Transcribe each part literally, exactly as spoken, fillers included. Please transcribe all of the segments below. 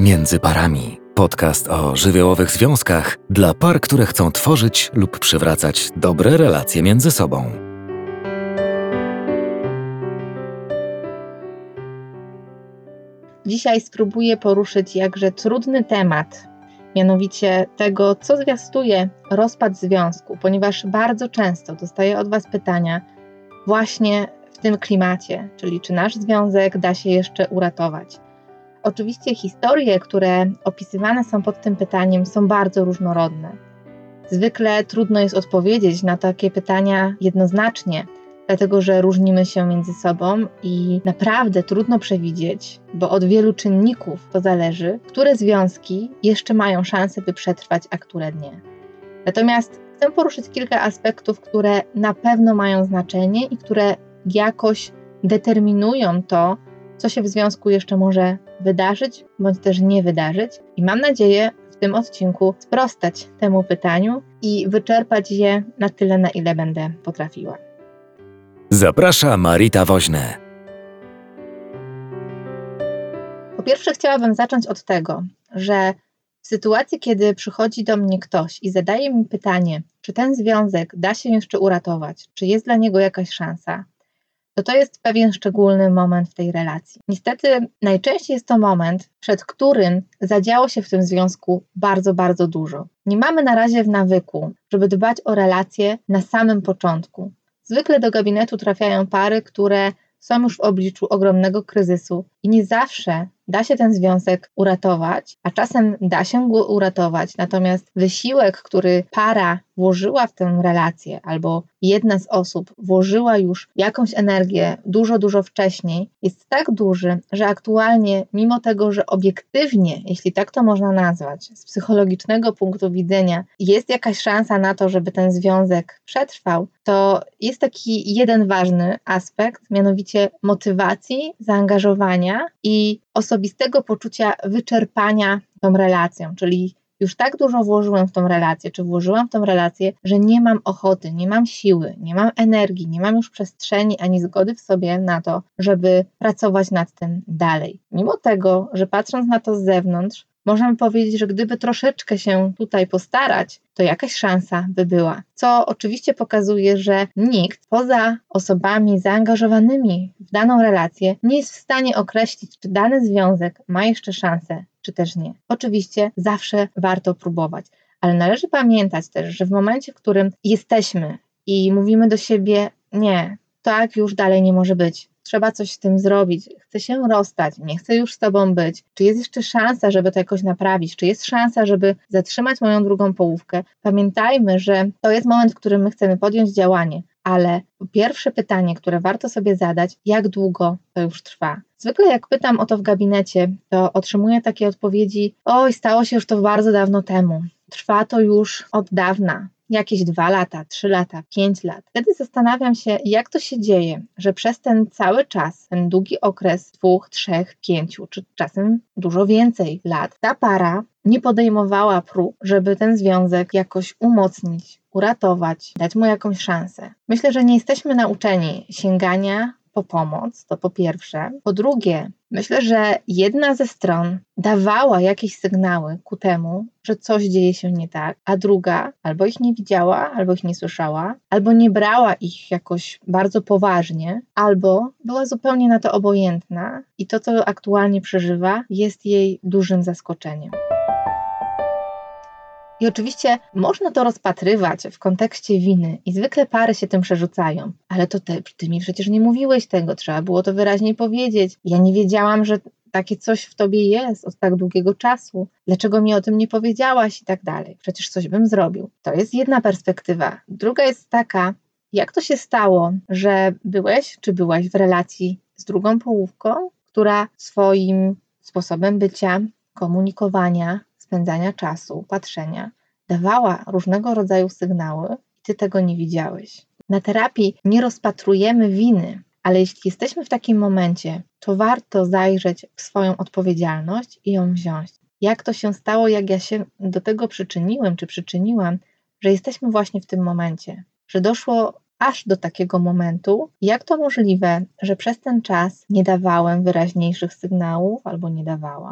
Między parami. Podcast o żywiołowych związkach dla par, które chcą tworzyć lub przywracać dobre relacje między sobą. Dzisiaj spróbuję poruszyć jakże trudny temat, mianowicie tego, co zwiastuje rozpad związku, ponieważ bardzo często dostaję od Was pytania właśnie w tym klimacie, czyli czy nasz związek da się jeszcze uratować. Oczywiście historie, które opisywane są pod tym pytaniem, są bardzo różnorodne. Zwykle trudno jest odpowiedzieć na takie pytania jednoznacznie, dlatego że różnimy się między sobą i naprawdę trudno przewidzieć, bo od wielu czynników to zależy, które związki jeszcze mają szansę, by przetrwać, a które nie. Natomiast chcę poruszyć kilka aspektów, które na pewno mają znaczenie i które jakoś determinują to, co się w związku jeszcze może wydarzyć, bądź też nie wydarzyć. I mam nadzieję w tym odcinku sprostać temu pytaniu i wyczerpać je na tyle, na ile będę potrafiła. Zaprasza Marita Woźne. Po pierwsze chciałabym zacząć od tego, że w sytuacji, kiedy przychodzi do mnie ktoś i zadaje mi pytanie, czy ten związek da się jeszcze uratować, czy jest dla niego jakaś szansa, to to jest pewien szczególny moment w tej relacji. Niestety najczęściej jest to moment, przed którym zadziało się w tym związku bardzo, bardzo dużo. Nie mamy na razie w nawyku, żeby dbać o relacje na samym początku. Zwykle do gabinetu trafiają pary, które są już w obliczu ogromnego kryzysu i nie zawsze da się ten związek uratować, a czasem da się go uratować, natomiast wysiłek, który para włożyła w tę relację albo jedna z osób włożyła już jakąś energię dużo, dużo wcześniej, jest tak duży, że aktualnie mimo tego, że obiektywnie, jeśli tak to można nazwać, z psychologicznego punktu widzenia jest jakaś szansa na to, żeby ten związek przetrwał, to jest taki jeden ważny aspekt, mianowicie motywacji, zaangażowania i osobistego poczucia wyczerpania tą relacją, czyli już tak dużo włożyłem w tą relację, czy włożyłam w tą relację, że nie mam ochoty, nie mam siły, nie mam energii, nie mam już przestrzeni ani zgody w sobie na to, żeby pracować nad tym dalej. Mimo tego, że patrząc na to z zewnątrz, możemy powiedzieć, że gdyby troszeczkę się tutaj postarać, to jakaś szansa by była. Co oczywiście pokazuje, że nikt poza osobami zaangażowanymi w daną relację nie jest w stanie określić, czy dany związek ma jeszcze szansę, czy też nie. Oczywiście zawsze warto próbować, ale należy pamiętać też, że w momencie, w którym jesteśmy i mówimy do siebie, nie, tak już dalej nie może być, trzeba coś z tym zrobić, chcę się rozstać, nie chcę już z tobą być, czy jest jeszcze szansa, żeby to jakoś naprawić, czy jest szansa, żeby zatrzymać moją drugą połówkę. Pamiętajmy, że to jest moment, w którym my chcemy podjąć działanie, ale pierwsze pytanie, które warto sobie zadać, jak długo to już trwa. Zwykle jak pytam o to w gabinecie, to otrzymuję takie odpowiedzi, oj, stało się już to bardzo dawno temu, trwa to już od dawna. Jakieś dwa lata, trzy lata, pięć lat. Wtedy zastanawiam się, jak to się dzieje, że przez ten cały czas, ten długi okres dwóch, trzech, pięciu, czy czasem dużo więcej lat, ta para nie podejmowała prób, żeby ten związek jakoś umocnić, uratować, dać mu jakąś szansę. Myślę, że nie jesteśmy nauczeni sięgania po pomoc, to po pierwsze. Po drugie, myślę, że jedna ze stron dawała jakieś sygnały ku temu, że coś dzieje się nie tak, a druga albo ich nie widziała, albo ich nie słyszała, albo nie brała ich jakoś bardzo poważnie, albo była zupełnie na to obojętna i to, co aktualnie przeżywa, jest jej dużym zaskoczeniem. I oczywiście można to rozpatrywać w kontekście winy i zwykle pary się tym przerzucają, ale to ty, ty mi przecież nie mówiłeś tego, trzeba było to wyraźniej powiedzieć. Ja nie wiedziałam, że takie coś w tobie jest od tak długiego czasu. Dlaczego mi o tym nie powiedziałaś i tak dalej? Przecież coś bym zrobił. To jest jedna perspektywa. Druga jest taka, jak to się stało, że byłeś czy byłaś w relacji z drugą połówką, która swoim sposobem bycia, komunikowania, spędzania czasu, patrzenia, dawała różnego rodzaju sygnały i ty tego nie widziałeś. Na terapii nie rozpatrujemy winy, ale jeśli jesteśmy w takim momencie, to warto zajrzeć w swoją odpowiedzialność i ją wziąć. Jak to się stało, jak ja się do tego przyczyniłem, czy przyczyniłam, że jesteśmy właśnie w tym momencie, że doszło aż do takiego momentu, jak to możliwe, że przez ten czas nie dawałem wyraźniejszych sygnałów albo nie dawałam.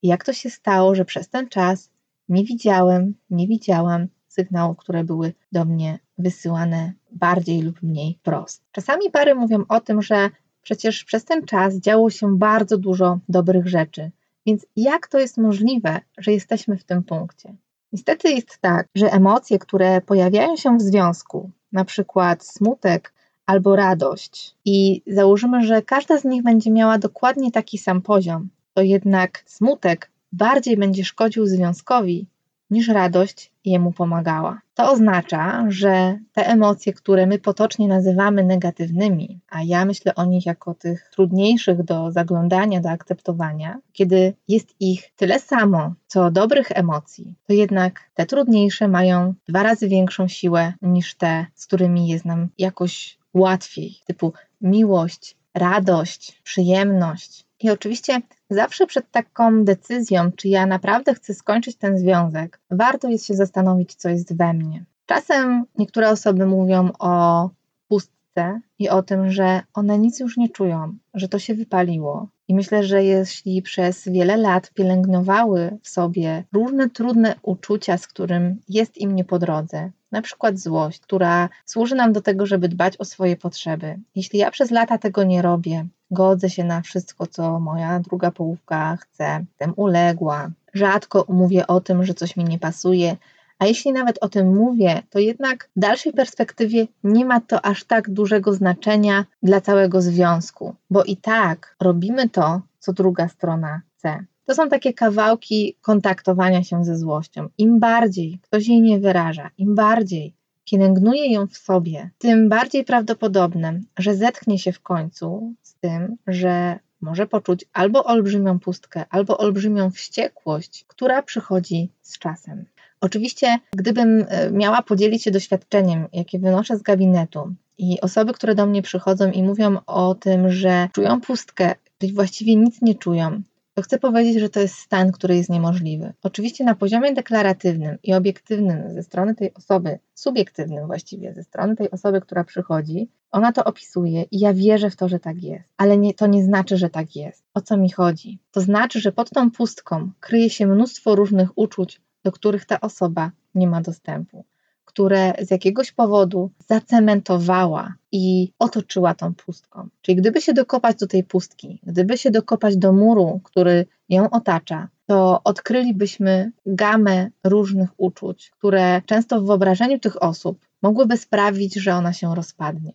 I jak to się stało, że przez ten czas nie widziałem, nie widziałam sygnałów, które były do mnie wysyłane bardziej lub mniej wprost. Czasami pary mówią o tym, że przecież przez ten czas działo się bardzo dużo dobrych rzeczy. Więc jak to jest możliwe, że jesteśmy w tym punkcie? Niestety jest tak, że emocje, które pojawiają się w związku, na przykład smutek albo radość, i założymy, że każda z nich będzie miała dokładnie taki sam poziom, to jednak smutek bardziej będzie szkodził związkowi niż radość jemu pomagała. To oznacza, że te emocje, które my potocznie nazywamy negatywnymi, a ja myślę o nich jako tych trudniejszych do zaglądania, do akceptowania, kiedy jest ich tyle samo, co dobrych emocji, to jednak te trudniejsze mają dwa razy większą siłę niż te, z którymi jest nam jakoś łatwiej, typu miłość, radość, przyjemność. I oczywiście zawsze przed taką decyzją, czy ja naprawdę chcę skończyć ten związek, warto jest się zastanowić, co jest we mnie. Czasem niektóre osoby mówią o pustce i o tym, że one nic już nie czują, że to się wypaliło. I myślę, że jeśli przez wiele lat pielęgnowały w sobie różne trudne uczucia, z którym jest im nie po drodze, na przykład złość, która służy nam do tego, żeby dbać o swoje potrzeby. Jeśli ja przez lata tego nie robię, godzę się na wszystko, co moja druga połówka chce, jestem uległa, rzadko mówię o tym, że coś mi nie pasuje, a jeśli nawet o tym mówię, to jednak w dalszej perspektywie nie ma to aż tak dużego znaczenia dla całego związku, bo i tak robimy to, co druga strona chce. To są takie kawałki kontaktowania się ze złością. Im bardziej ktoś jej nie wyraża, im bardziej pielęgnuje ją w sobie, tym bardziej prawdopodobne, że zetknie się w końcu z tym, że może poczuć albo olbrzymią pustkę, albo olbrzymią wściekłość, która przychodzi z czasem. Oczywiście, gdybym miała podzielić się doświadczeniem, jakie wynoszę z gabinetu, i osoby, które do mnie przychodzą i mówią o tym, że czują pustkę, czyli właściwie nic nie czują, to chcę powiedzieć, że to jest stan, który jest niemożliwy. Oczywiście na poziomie deklaratywnym i obiektywnym ze strony tej osoby, subiektywnym właściwie ze strony tej osoby, która przychodzi, ona to opisuje i ja wierzę w to, że tak jest. Ale nie, to nie znaczy, że tak jest. O co mi chodzi? To znaczy, że pod tą pustką kryje się mnóstwo różnych uczuć, do których ta osoba nie ma dostępu, które z jakiegoś powodu zacementowała i otoczyła tą pustką. Czyli gdyby się dokopać do tej pustki, gdyby się dokopać do muru, który ją otacza, to odkrylibyśmy gamę różnych uczuć, które często w wyobrażeniu tych osób mogłyby sprawić, że ona się rozpadnie.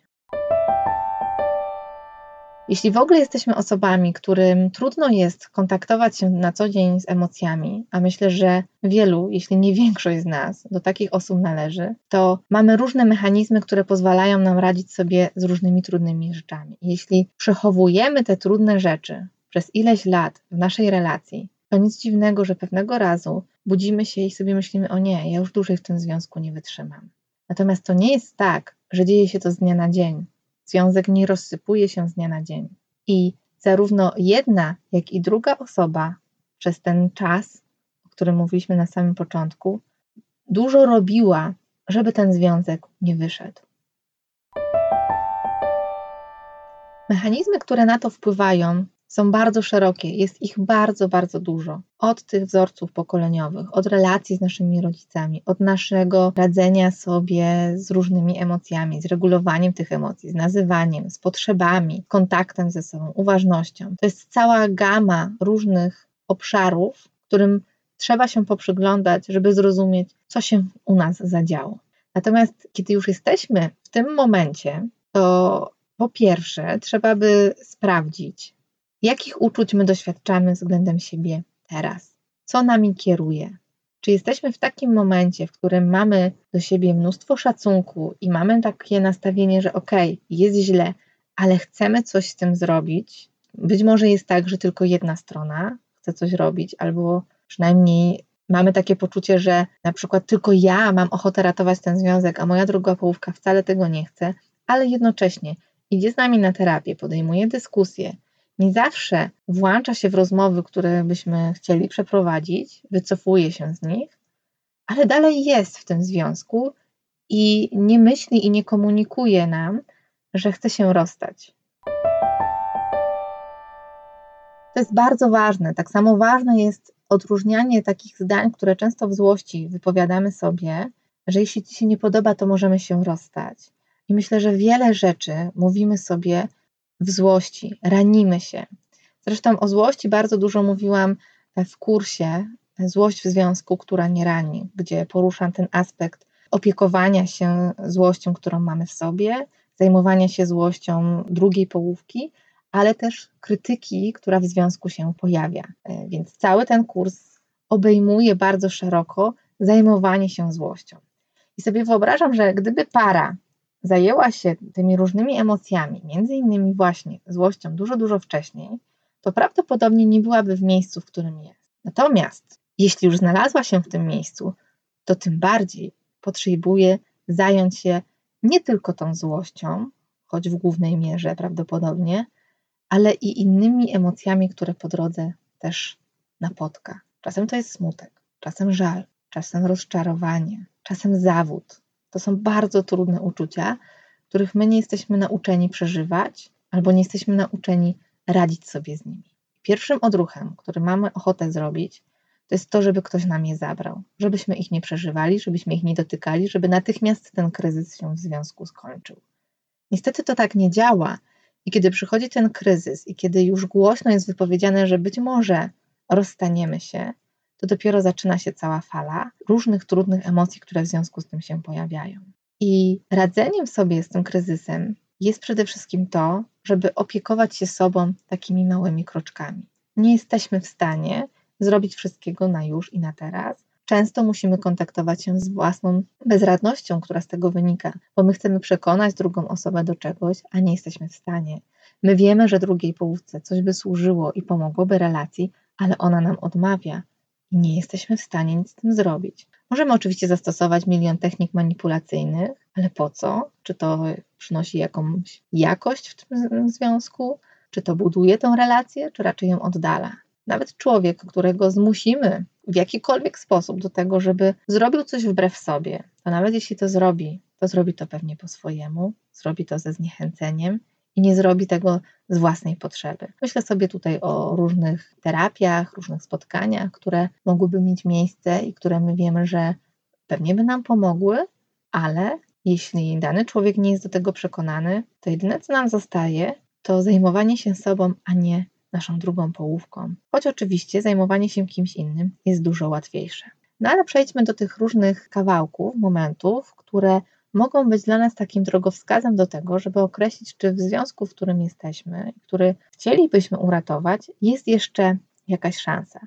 Jeśli w ogóle jesteśmy osobami, którym trudno jest kontaktować się na co dzień z emocjami, a myślę, że wielu, jeśli nie większość z nas, do takich osób należy, to mamy różne mechanizmy, które pozwalają nam radzić sobie z różnymi trudnymi rzeczami. Jeśli przechowujemy te trudne rzeczy przez ileś lat w naszej relacji, to nic dziwnego, że pewnego razu budzimy się i sobie myślimy: o nie, ja już dłużej w tym związku nie wytrzymam. Natomiast to nie jest tak, że dzieje się to z dnia na dzień. Związek nie rozsypuje się z dnia na dzień. I zarówno jedna, jak i druga osoba przez ten czas, o którym mówiliśmy na samym początku, dużo robiła, żeby ten związek nie wyszedł. Mechanizmy, które na to wpływają, są bardzo szerokie, jest ich bardzo, bardzo dużo. Od tych wzorców pokoleniowych, od relacji z naszymi rodzicami, od naszego radzenia sobie z różnymi emocjami, z regulowaniem tych emocji, z nazywaniem, z potrzebami, kontaktem ze sobą, uważnością. To jest cała gama różnych obszarów, którym trzeba się poprzyglądać, żeby zrozumieć, co się u nas zadziało. Natomiast kiedy już jesteśmy w tym momencie, to po pierwsze trzeba by sprawdzić, jakich uczuć my doświadczamy względem siebie teraz? Co nami kieruje? Czy jesteśmy w takim momencie, w którym mamy do siebie mnóstwo szacunku i mamy takie nastawienie, że okej, okay, jest źle, ale chcemy coś z tym zrobić? Być może jest tak, że tylko jedna strona chce coś robić, albo przynajmniej mamy takie poczucie, że na przykład tylko ja mam ochotę ratować ten związek, a moja druga połówka wcale tego nie chce, ale jednocześnie idzie z nami na terapię, podejmuje dyskusję, nie zawsze włącza się w rozmowy, które byśmy chcieli przeprowadzić, wycofuje się z nich, ale dalej jest w tym związku i nie myśli i nie komunikuje nam, że chce się rozstać. To jest bardzo ważne. Tak samo ważne jest odróżnianie takich zdań, które często w złości wypowiadamy sobie, że jeśli Ci się nie podoba, to możemy się rozstać. I myślę, że wiele rzeczy mówimy sobie w złości, ranimy się. Zresztą o złości bardzo dużo mówiłam w kursie Złość w związku, która nie rani, gdzie poruszam ten aspekt opiekowania się złością, którą mamy w sobie, zajmowania się złością drugiej połówki, ale też krytyki, która w związku się pojawia. Więc cały ten kurs obejmuje bardzo szeroko zajmowanie się złością. I sobie wyobrażam, że gdyby para zajęła się tymi różnymi emocjami, między innymi właśnie złością dużo, dużo wcześniej, to prawdopodobnie nie byłaby w miejscu, w którym jest. Natomiast jeśli już znalazła się w tym miejscu, to tym bardziej potrzebuje zająć się nie tylko tą złością, choć w głównej mierze prawdopodobnie, ale i innymi emocjami, które po drodze też napotka. Czasem to jest smutek, czasem żal, czasem rozczarowanie, czasem zawód. To są bardzo trudne uczucia, których my nie jesteśmy nauczeni przeżywać, albo nie jesteśmy nauczeni radzić sobie z nimi. Pierwszym odruchem, który mamy ochotę zrobić, to jest to, żeby ktoś nam je zabrał, żebyśmy ich nie przeżywali, żebyśmy ich nie dotykali, żeby natychmiast ten kryzys się w związku skończył. Niestety to tak nie działa i kiedy przychodzi ten kryzys i kiedy już głośno jest wypowiedziane, że być może rozstaniemy się, to dopiero zaczyna się cała fala różnych trudnych emocji, które w związku z tym się pojawiają. I radzeniem sobie z tym kryzysem jest przede wszystkim to, żeby opiekować się sobą takimi małymi kroczkami. Nie jesteśmy w stanie zrobić wszystkiego na już i na teraz. Często musimy kontaktować się z własną bezradnością, która z tego wynika, bo my chcemy przekonać drugą osobę do czegoś, a nie jesteśmy w stanie. My wiemy, że drugiej połówce coś by służyło i pomogłoby relacji, ale ona nam odmawia i nie jesteśmy w stanie nic z tym zrobić. Możemy oczywiście zastosować milion technik manipulacyjnych, ale po co? Czy to przynosi jakąś jakość w tym związku? Czy to buduje tę relację, czy raczej ją oddala? Nawet człowiek, którego zmusimy w jakikolwiek sposób do tego, żeby zrobił coś wbrew sobie, to nawet jeśli to zrobi, to zrobi to pewnie po swojemu, zrobi to ze zniechęceniem i nie zrobi tego z własnej potrzeby. Myślę sobie tutaj o różnych terapiach, różnych spotkaniach, które mogłyby mieć miejsce i które my wiemy, że pewnie by nam pomogły, ale jeśli dany człowiek nie jest do tego przekonany, to jedyne, co nam zostaje, to zajmowanie się sobą, a nie naszą drugą połówką. Choć oczywiście zajmowanie się kimś innym jest dużo łatwiejsze. No ale przejdźmy do tych różnych kawałków, momentów, które mogą być dla nas takim drogowskazem do tego, żeby określić, czy w związku, w którym jesteśmy, który chcielibyśmy uratować, jest jeszcze jakaś szansa.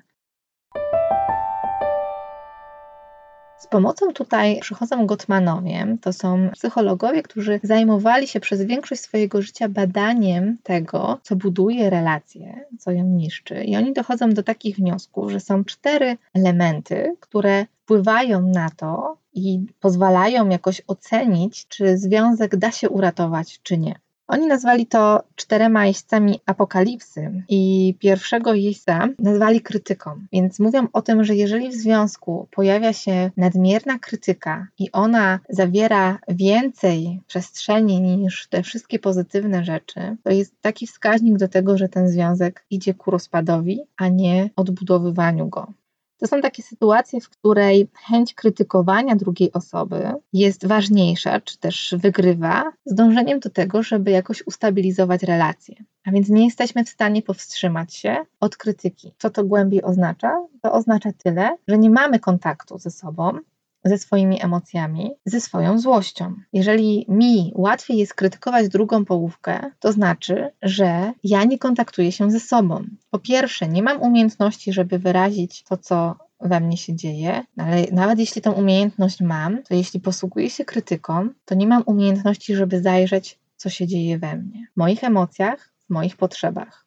Z pomocą tutaj przychodzą Gottmanowie, to są psychologowie, którzy zajmowali się przez większość swojego życia badaniem tego, co buduje relację, co ją niszczy. I oni dochodzą do takich wniosków, że są cztery elementy, które wpływają na to i pozwalają jakoś ocenić, czy związek da się uratować, czy nie. Oni nazwali to czterema jeźdźcami apokalipsy i pierwszego jeźdźca nazwali krytyką. Więc mówią o tym, że jeżeli w związku pojawia się nadmierna krytyka i ona zawiera więcej przestrzeni niż te wszystkie pozytywne rzeczy, to jest taki wskaźnik do tego, że ten związek idzie ku rozpadowi, a nie odbudowywaniu go. To są takie sytuacje, w której chęć krytykowania drugiej osoby jest ważniejsza, czy też wygrywa z dążeniem do tego, żeby jakoś ustabilizować relacje. A więc nie jesteśmy w stanie powstrzymać się od krytyki. Co to głębiej oznacza? To oznacza tyle, że nie mamy kontaktu ze sobą, ze swoimi emocjami, ze swoją złością. Jeżeli mi łatwiej jest krytykować drugą połówkę, to znaczy, że ja nie kontaktuję się ze sobą. Po pierwsze, nie mam umiejętności, żeby wyrazić to, co we mnie się dzieje, ale nawet jeśli tę umiejętność mam, to jeśli posługuję się krytyką, to nie mam umiejętności, żeby zajrzeć, co się dzieje we mnie, w moich emocjach, w moich potrzebach.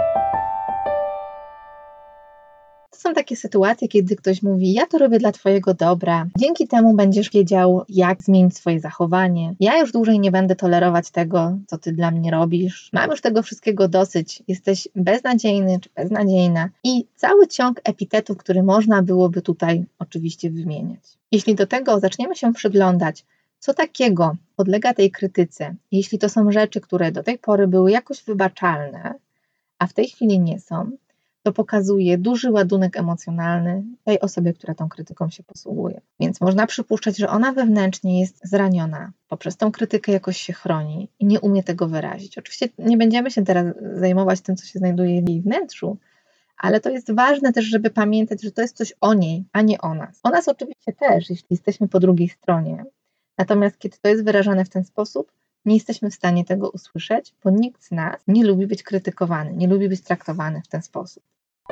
To są takie sytuacje, kiedy ktoś mówi, ja to robię dla twojego dobra, dzięki temu będziesz wiedział, jak zmienić swoje zachowanie, ja już dłużej nie będę tolerować tego, co ty dla mnie robisz, mam już tego wszystkiego dosyć, jesteś beznadziejny czy beznadziejna i cały ciąg epitetów, który można byłoby tutaj oczywiście wymieniać. Jeśli do tego zaczniemy się przyglądać, co takiego podlega tej krytyce, jeśli to są rzeczy, które do tej pory były jakoś wybaczalne, a w tej chwili nie są, to pokazuje duży ładunek emocjonalny tej osobie, która tą krytyką się posługuje. Więc można przypuszczać, że ona wewnętrznie jest zraniona, poprzez tą krytykę jakoś się chroni i nie umie tego wyrazić. Oczywiście nie będziemy się teraz zajmować tym, co się znajduje w jej wnętrzu, ale to jest ważne też, żeby pamiętać, że to jest coś o niej, a nie o nas. O nas oczywiście też, jeśli jesteśmy po drugiej stronie. Natomiast kiedy to jest wyrażane w ten sposób, nie jesteśmy w stanie tego usłyszeć, bo nikt z nas nie lubi być krytykowany, nie lubi być traktowany w ten sposób.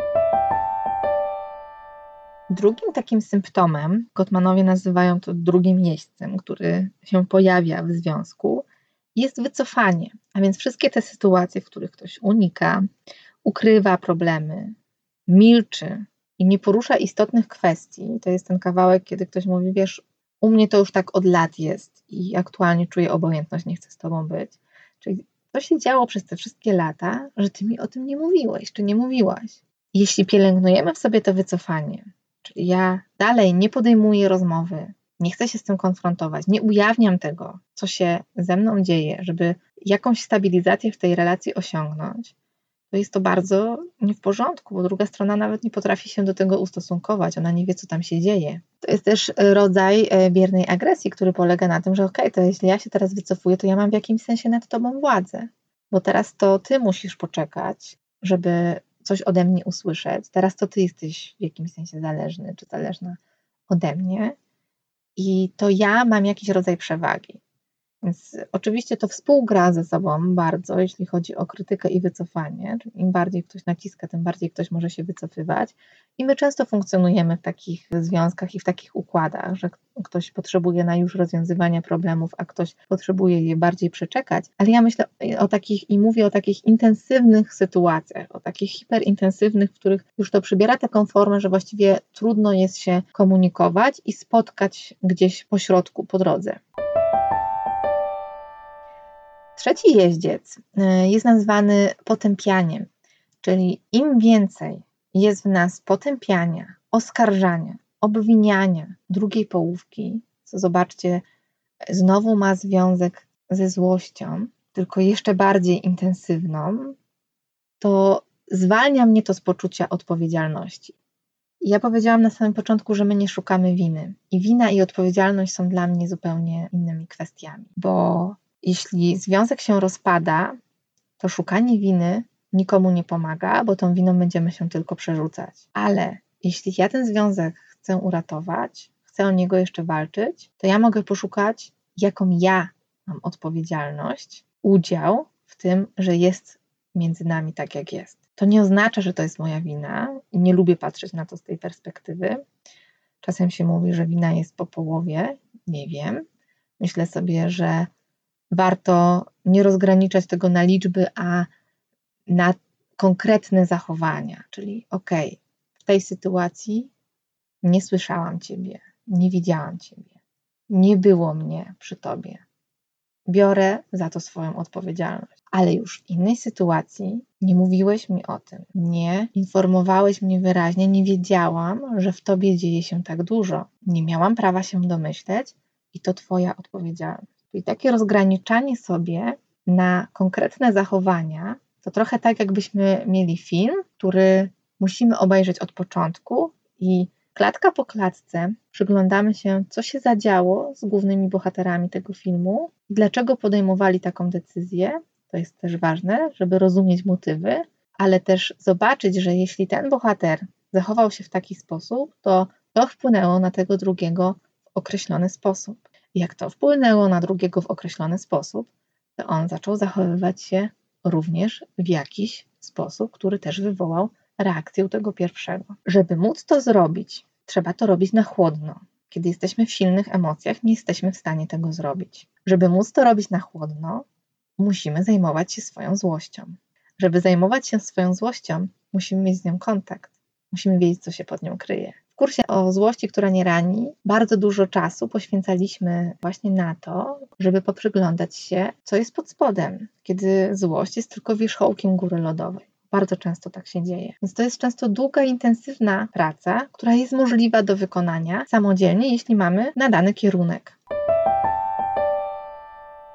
Drugim takim symptomem, Gottmanowie nazywają to drugim jeźdźcem, który się pojawia w związku, jest wycofanie. A więc wszystkie te sytuacje, w których ktoś unika, ukrywa problemy, milczy i nie porusza istotnych kwestii, to jest ten kawałek, kiedy ktoś mówi, wiesz, u mnie to już tak od lat jest i aktualnie czuję obojętność, nie chcę z tobą być. Czyli co się działo przez te wszystkie lata, że ty mi o tym nie mówiłeś, czy nie mówiłaś. Jeśli pielęgnujemy w sobie to wycofanie, czyli ja dalej nie podejmuję rozmowy, nie chcę się z tym konfrontować, nie ujawniam tego, co się ze mną dzieje, żeby jakąś stabilizację w tej relacji osiągnąć, to jest to bardzo nie w porządku, bo druga strona nawet nie potrafi się do tego ustosunkować, ona nie wie, co tam się dzieje. To jest też rodzaj biernej agresji, który polega na tym, że okej, okay, to jeśli ja się teraz wycofuję, to ja mam w jakimś sensie nad tobą władzę, bo teraz to ty musisz poczekać, żeby coś ode mnie usłyszeć, teraz to ty jesteś w jakimś sensie zależny, czy zależna ode mnie i to ja mam jakiś rodzaj przewagi. Więc oczywiście to współgra ze sobą bardzo, jeśli chodzi o krytykę i wycofanie. Czyli im bardziej ktoś naciska, tym bardziej ktoś może się wycofywać. I my często funkcjonujemy w takich związkach i w takich układach, że ktoś potrzebuje na już rozwiązywania problemów, a ktoś potrzebuje je bardziej przeczekać. Ale ja myślę o takich i mówię o takich intensywnych sytuacjach, o takich hiperintensywnych, w których już to przybiera taką formę, że właściwie trudno jest się komunikować i spotkać gdzieś po środku, po drodze. Trzeci jeździec jest nazwany potępianiem, czyli im więcej jest w nas potępiania, oskarżania, obwiniania drugiej połówki, co zobaczcie, znowu ma związek ze złością, tylko jeszcze bardziej intensywną, to zwalnia mnie to z poczucia odpowiedzialności. Ja powiedziałam na samym początku, że my nie szukamy winy i wina i odpowiedzialność są dla mnie zupełnie innymi kwestiami, bo jeśli związek się rozpada, to szukanie winy nikomu nie pomaga, bo tą winą będziemy się tylko przerzucać. Ale jeśli ja ten związek chcę uratować, chcę o niego jeszcze walczyć, to ja mogę poszukać, jaką ja mam odpowiedzialność, udział w tym, że jest między nami tak, jak jest. To nie oznacza, że to jest moja wina i nie lubię patrzeć na to z tej perspektywy. Czasem się mówi, że wina jest po połowie. Nie wiem. Myślę sobie, że warto nie rozgraniczać tego na liczby, a na konkretne zachowania. Czyli okej, okay, w tej sytuacji nie słyszałam Ciebie, nie widziałam Ciebie, nie było mnie przy Tobie. Biorę za to swoją odpowiedzialność. Ale już w innej sytuacji nie mówiłeś mi o tym, nie informowałeś mnie wyraźnie, nie wiedziałam, że w Tobie dzieje się tak dużo. Nie miałam prawa się domyśleć i to Twoja odpowiedzialność. Czyli takie rozgraniczanie sobie na konkretne zachowania, to trochę tak, jakbyśmy mieli film, który musimy obejrzeć od początku i klatka po klatce przyglądamy się, co się zadziało z głównymi bohaterami tego filmu, dlaczego podejmowali taką decyzję. To jest też ważne, żeby rozumieć motywy, ale też zobaczyć, że jeśli ten bohater zachował się w taki sposób, to to wpłynęło na tego drugiego w określony sposób. Jak to wpłynęło na drugiego w określony sposób, to on zaczął zachowywać się również w jakiś sposób, który też wywołał reakcję u tego pierwszego. Żeby móc to zrobić, trzeba to robić na chłodno. Kiedy jesteśmy w silnych emocjach, nie jesteśmy w stanie tego zrobić. Żeby móc to robić na chłodno, musimy zajmować się swoją złością. Żeby zajmować się swoją złością, musimy mieć z nią kontakt. Musimy wiedzieć, co się pod nią kryje. W kursie o złości, która nie rani, bardzo dużo czasu poświęcaliśmy właśnie na to, żeby poprzyglądać się, co jest pod spodem, kiedy złość jest tylko wierzchołkiem góry lodowej. Bardzo często tak się dzieje. Więc to jest często długa, intensywna praca, która jest możliwa do wykonania samodzielnie, jeśli mamy nadany kierunek.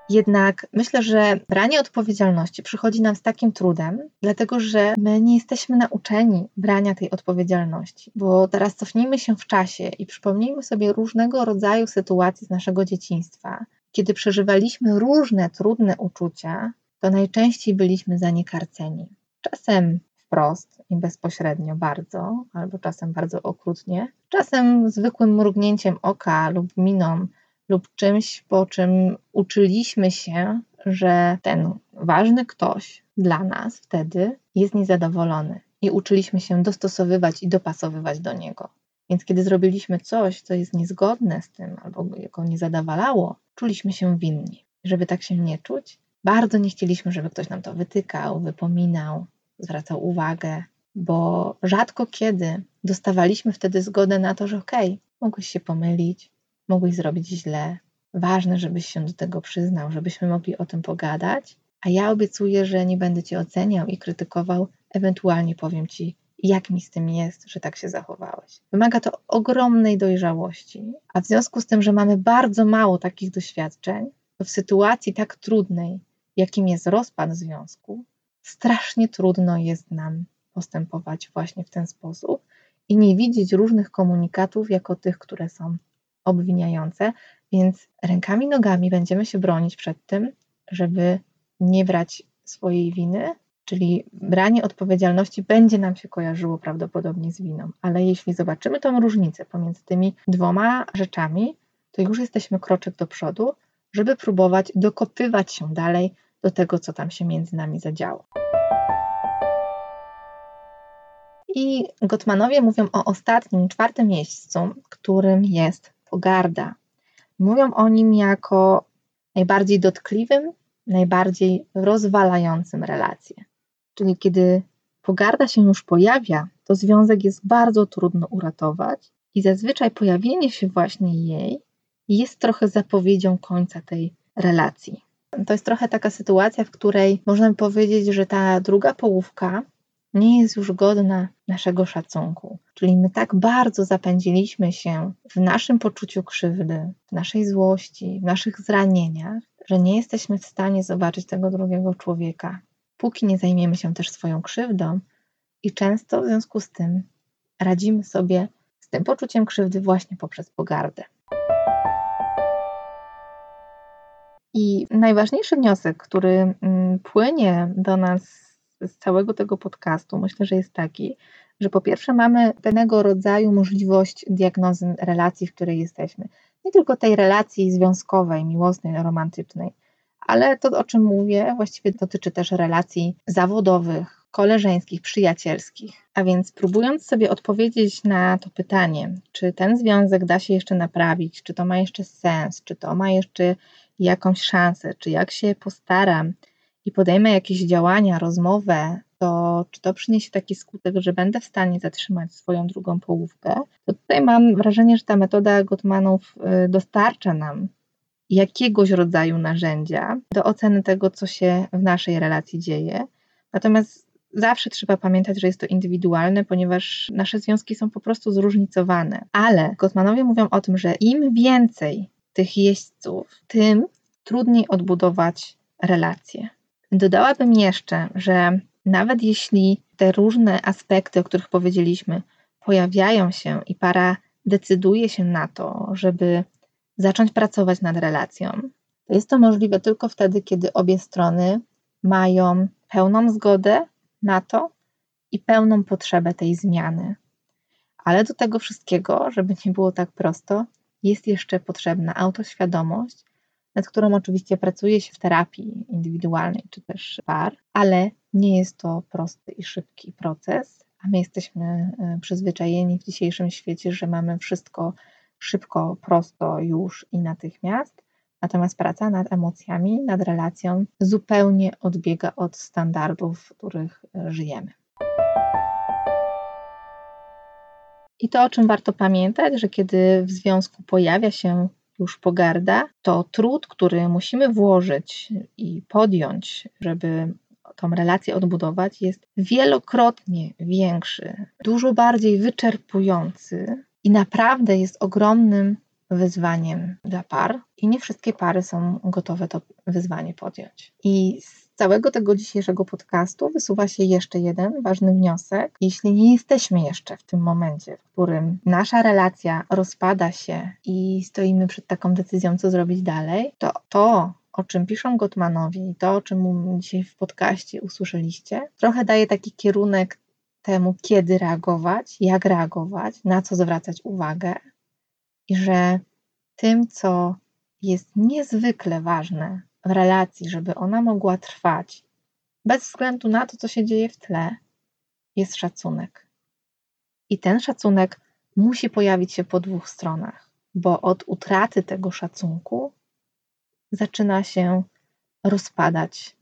Jednak myślę, że branie odpowiedzialności przychodzi nam z takim trudem, dlatego że my nie jesteśmy nauczeni brania tej odpowiedzialności. Bo teraz cofnijmy się w czasie i przypomnijmy sobie różnego rodzaju sytuacje z naszego dzieciństwa. Kiedy przeżywaliśmy różne trudne uczucia, to najczęściej byliśmy za nie karceni. Czasem wprost i bezpośrednio bardzo, albo czasem bardzo okrutnie, czasem zwykłym mrugnięciem oka lub miną, lub czymś, po czym uczyliśmy się, że ten ważny ktoś dla nas wtedy jest niezadowolony i uczyliśmy się dostosowywać i dopasowywać do niego. Więc kiedy zrobiliśmy coś, co jest niezgodne z tym albo go nie zadowalało, czuliśmy się winni. Żeby tak się nie czuć, bardzo nie chcieliśmy, żeby ktoś nam to wytykał, wypominał, zwracał uwagę, bo rzadko kiedy dostawaliśmy wtedy zgodę na to, że okej, okay, mogłeś się pomylić, mogłeś zrobić źle. Ważne, żebyś się do tego przyznał, żebyśmy mogli o tym pogadać, a ja obiecuję, że nie będę Cię oceniał i krytykował, ewentualnie powiem Ci, jak mi z tym jest, że tak się zachowałeś. Wymaga to ogromnej dojrzałości, a w związku z tym, że mamy bardzo mało takich doświadczeń, to w sytuacji tak trudnej, jakim jest rozpad związku, strasznie trudno jest nam postępować właśnie w ten sposób i nie widzieć różnych komunikatów jako tych, które są obwiniające, więc rękami, nogami będziemy się bronić przed tym, żeby nie brać swojej winy, czyli branie odpowiedzialności będzie nam się kojarzyło prawdopodobnie z winą, ale jeśli zobaczymy tą różnicę pomiędzy tymi dwoma rzeczami, to już jesteśmy kroczek do przodu, żeby próbować dokopywać się dalej do tego, co tam się między nami zadziało. I Gottmanowie mówią o ostatnim, czwartym miejscu, którym jest pogarda. Mówią o nim jako najbardziej dotkliwym, najbardziej rozwalającym relacje. Czyli kiedy pogarda się już pojawia, to związek jest bardzo trudno uratować i zazwyczaj pojawienie się właśnie jej jest trochę zapowiedzią końca tej relacji. To jest trochę taka sytuacja, w której można powiedzieć, że ta druga połówka nie jest już godna naszego szacunku. Czyli my tak bardzo zapędziliśmy się w naszym poczuciu krzywdy, w naszej złości, w naszych zranieniach, że nie jesteśmy w stanie zobaczyć tego drugiego człowieka, póki nie zajmiemy się też swoją krzywdą i często w związku z tym radzimy sobie z tym poczuciem krzywdy właśnie poprzez pogardę. I najważniejszy wniosek, który płynie do nas z całego tego podcastu, myślę, że jest taki, że po pierwsze mamy pewnego rodzaju możliwość diagnozy relacji, w której jesteśmy. Nie tylko tej relacji związkowej, miłosnej, romantycznej, ale to, o czym mówię, właściwie dotyczy też relacji zawodowych, koleżeńskich, przyjacielskich. A więc próbując sobie odpowiedzieć na to pytanie, czy ten związek da się jeszcze naprawić, czy to ma jeszcze sens, czy to ma jeszcze jakąś szansę, czy jak się postaram i podejmę jakieś działania, rozmowę, to czy to przyniesie taki skutek, że będę w stanie zatrzymać swoją drugą połówkę, to tutaj mam wrażenie, że ta metoda Gottmanów dostarcza nam jakiegoś rodzaju narzędzia do oceny tego, co się w naszej relacji dzieje. Natomiast zawsze trzeba pamiętać, że jest to indywidualne, ponieważ nasze związki są po prostu zróżnicowane. Ale Gottmanowie mówią o tym, że im więcej tych jeźdźców, tym trudniej odbudować relacje. Dodałabym jeszcze, że nawet jeśli te różne aspekty, o których powiedzieliśmy, pojawiają się i para decyduje się na to, żeby zacząć pracować nad relacją, to jest to możliwe tylko wtedy, kiedy obie strony mają pełną zgodę na to i pełną potrzebę tej zmiany. Ale do tego wszystkiego, żeby nie było tak prosto, jest jeszcze potrzebna autoświadomość, nad którą oczywiście pracuje się w terapii indywidualnej czy też par, ale nie jest to prosty i szybki proces, a my jesteśmy przyzwyczajeni w dzisiejszym świecie, że mamy wszystko szybko, prosto, już i natychmiast. Natomiast praca nad emocjami, nad relacją zupełnie odbiega od standardów, w których żyjemy. I to, o czym warto pamiętać, że kiedy w związku pojawia się już pogarda, to trud, który musimy włożyć i podjąć, żeby tą relację odbudować, jest wielokrotnie większy, dużo bardziej wyczerpujący i naprawdę jest ogromnym wyzwaniem dla par i nie wszystkie pary są gotowe to wyzwanie podjąć. I z całego tego dzisiejszego podcastu wysuwa się jeszcze jeden ważny wniosek. Jeśli nie jesteśmy jeszcze w tym momencie, w którym nasza relacja rozpada się i stoimy przed taką decyzją, co zrobić dalej, to to, o czym piszą Gottmanowie i to, o czym dzisiaj w podcaście usłyszeliście, trochę daje taki kierunek temu, kiedy reagować, jak reagować, na co zwracać uwagę i że tym, co jest niezwykle ważne w relacji, żeby ona mogła trwać bez względu na to, co się dzieje w tle, jest szacunek. I ten szacunek musi pojawić się po dwóch stronach, bo od utraty tego szacunku zaczyna się rozpadać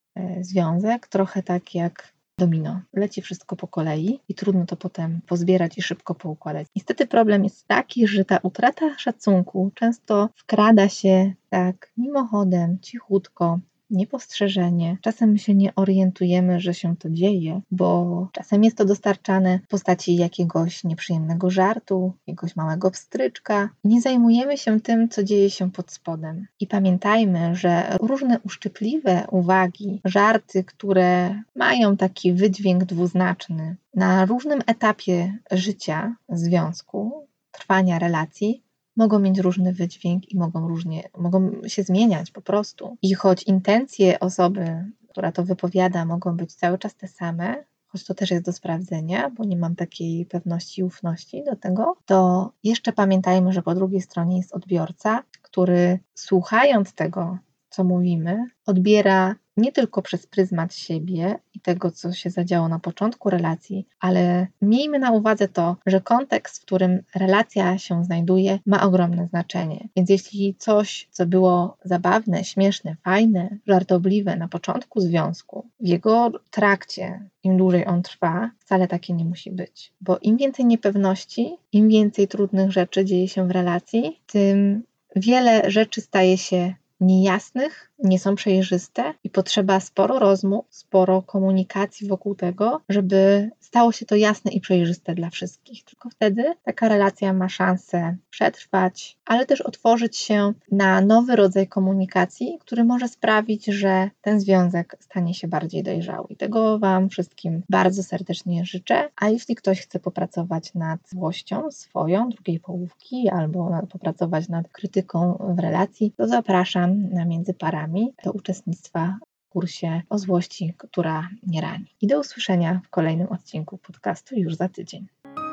związek, trochę tak jak domino. Leci wszystko po kolei i trudno to potem pozbierać i szybko poukładać. Niestety problem jest taki, że ta utrata szacunku często wkrada się tak mimochodem, cichutko, niepostrzeżenie. Czasem my się nie orientujemy, że się to dzieje, bo czasem jest to dostarczane w postaci jakiegoś nieprzyjemnego żartu, jakiegoś małego pstryczka. Nie zajmujemy się tym, co dzieje się pod spodem. I pamiętajmy, że różne uszczypliwe uwagi, żarty, które mają taki wydźwięk dwuznaczny na różnym etapie życia związku, trwania relacji, mogą mieć różny wydźwięk i mogą różnie, mogą się zmieniać po prostu. I choć intencje osoby, która to wypowiada, mogą być cały czas te same, choć to też jest do sprawdzenia, bo nie mam takiej pewności i ufności do tego, to jeszcze pamiętajmy, że po drugiej stronie jest odbiorca, który słuchając tego, co mówimy, odbiera nie tylko przez pryzmat siebie i tego, co się zadziało na początku relacji, ale miejmy na uwadze to, że kontekst, w którym relacja się znajduje, ma ogromne znaczenie. Więc jeśli coś, co było zabawne, śmieszne, fajne, żartobliwe na początku związku, w jego trakcie, im dłużej on trwa, wcale takie nie musi być. Bo im więcej niepewności, im więcej trudnych rzeczy dzieje się w relacji, tym wiele rzeczy staje się niejasnych, nie są przejrzyste i potrzeba sporo rozmów, sporo komunikacji wokół tego, żeby stało się to jasne i przejrzyste dla wszystkich. Tylko wtedy taka relacja ma szansę przetrwać, ale też otworzyć się na nowy rodzaj komunikacji, który może sprawić, że ten związek stanie się bardziej dojrzały. I tego Wam wszystkim bardzo serdecznie życzę. A jeśli ktoś chce popracować nad złością swoją, drugiej połówki, albo nad, popracować nad krytyką w relacji, to zapraszam na Między Parami do uczestnictwa w kursie o złości, która nie rani. I do usłyszenia w kolejnym odcinku podcastu już za tydzień.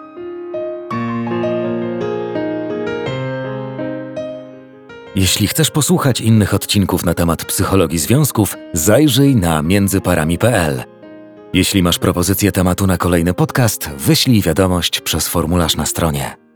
Jeśli chcesz posłuchać innych odcinków na temat psychologii związków, zajrzyj na między parami kropka p l. Jeśli masz propozycję tematu na kolejny podcast, wyślij wiadomość przez formularz na stronie.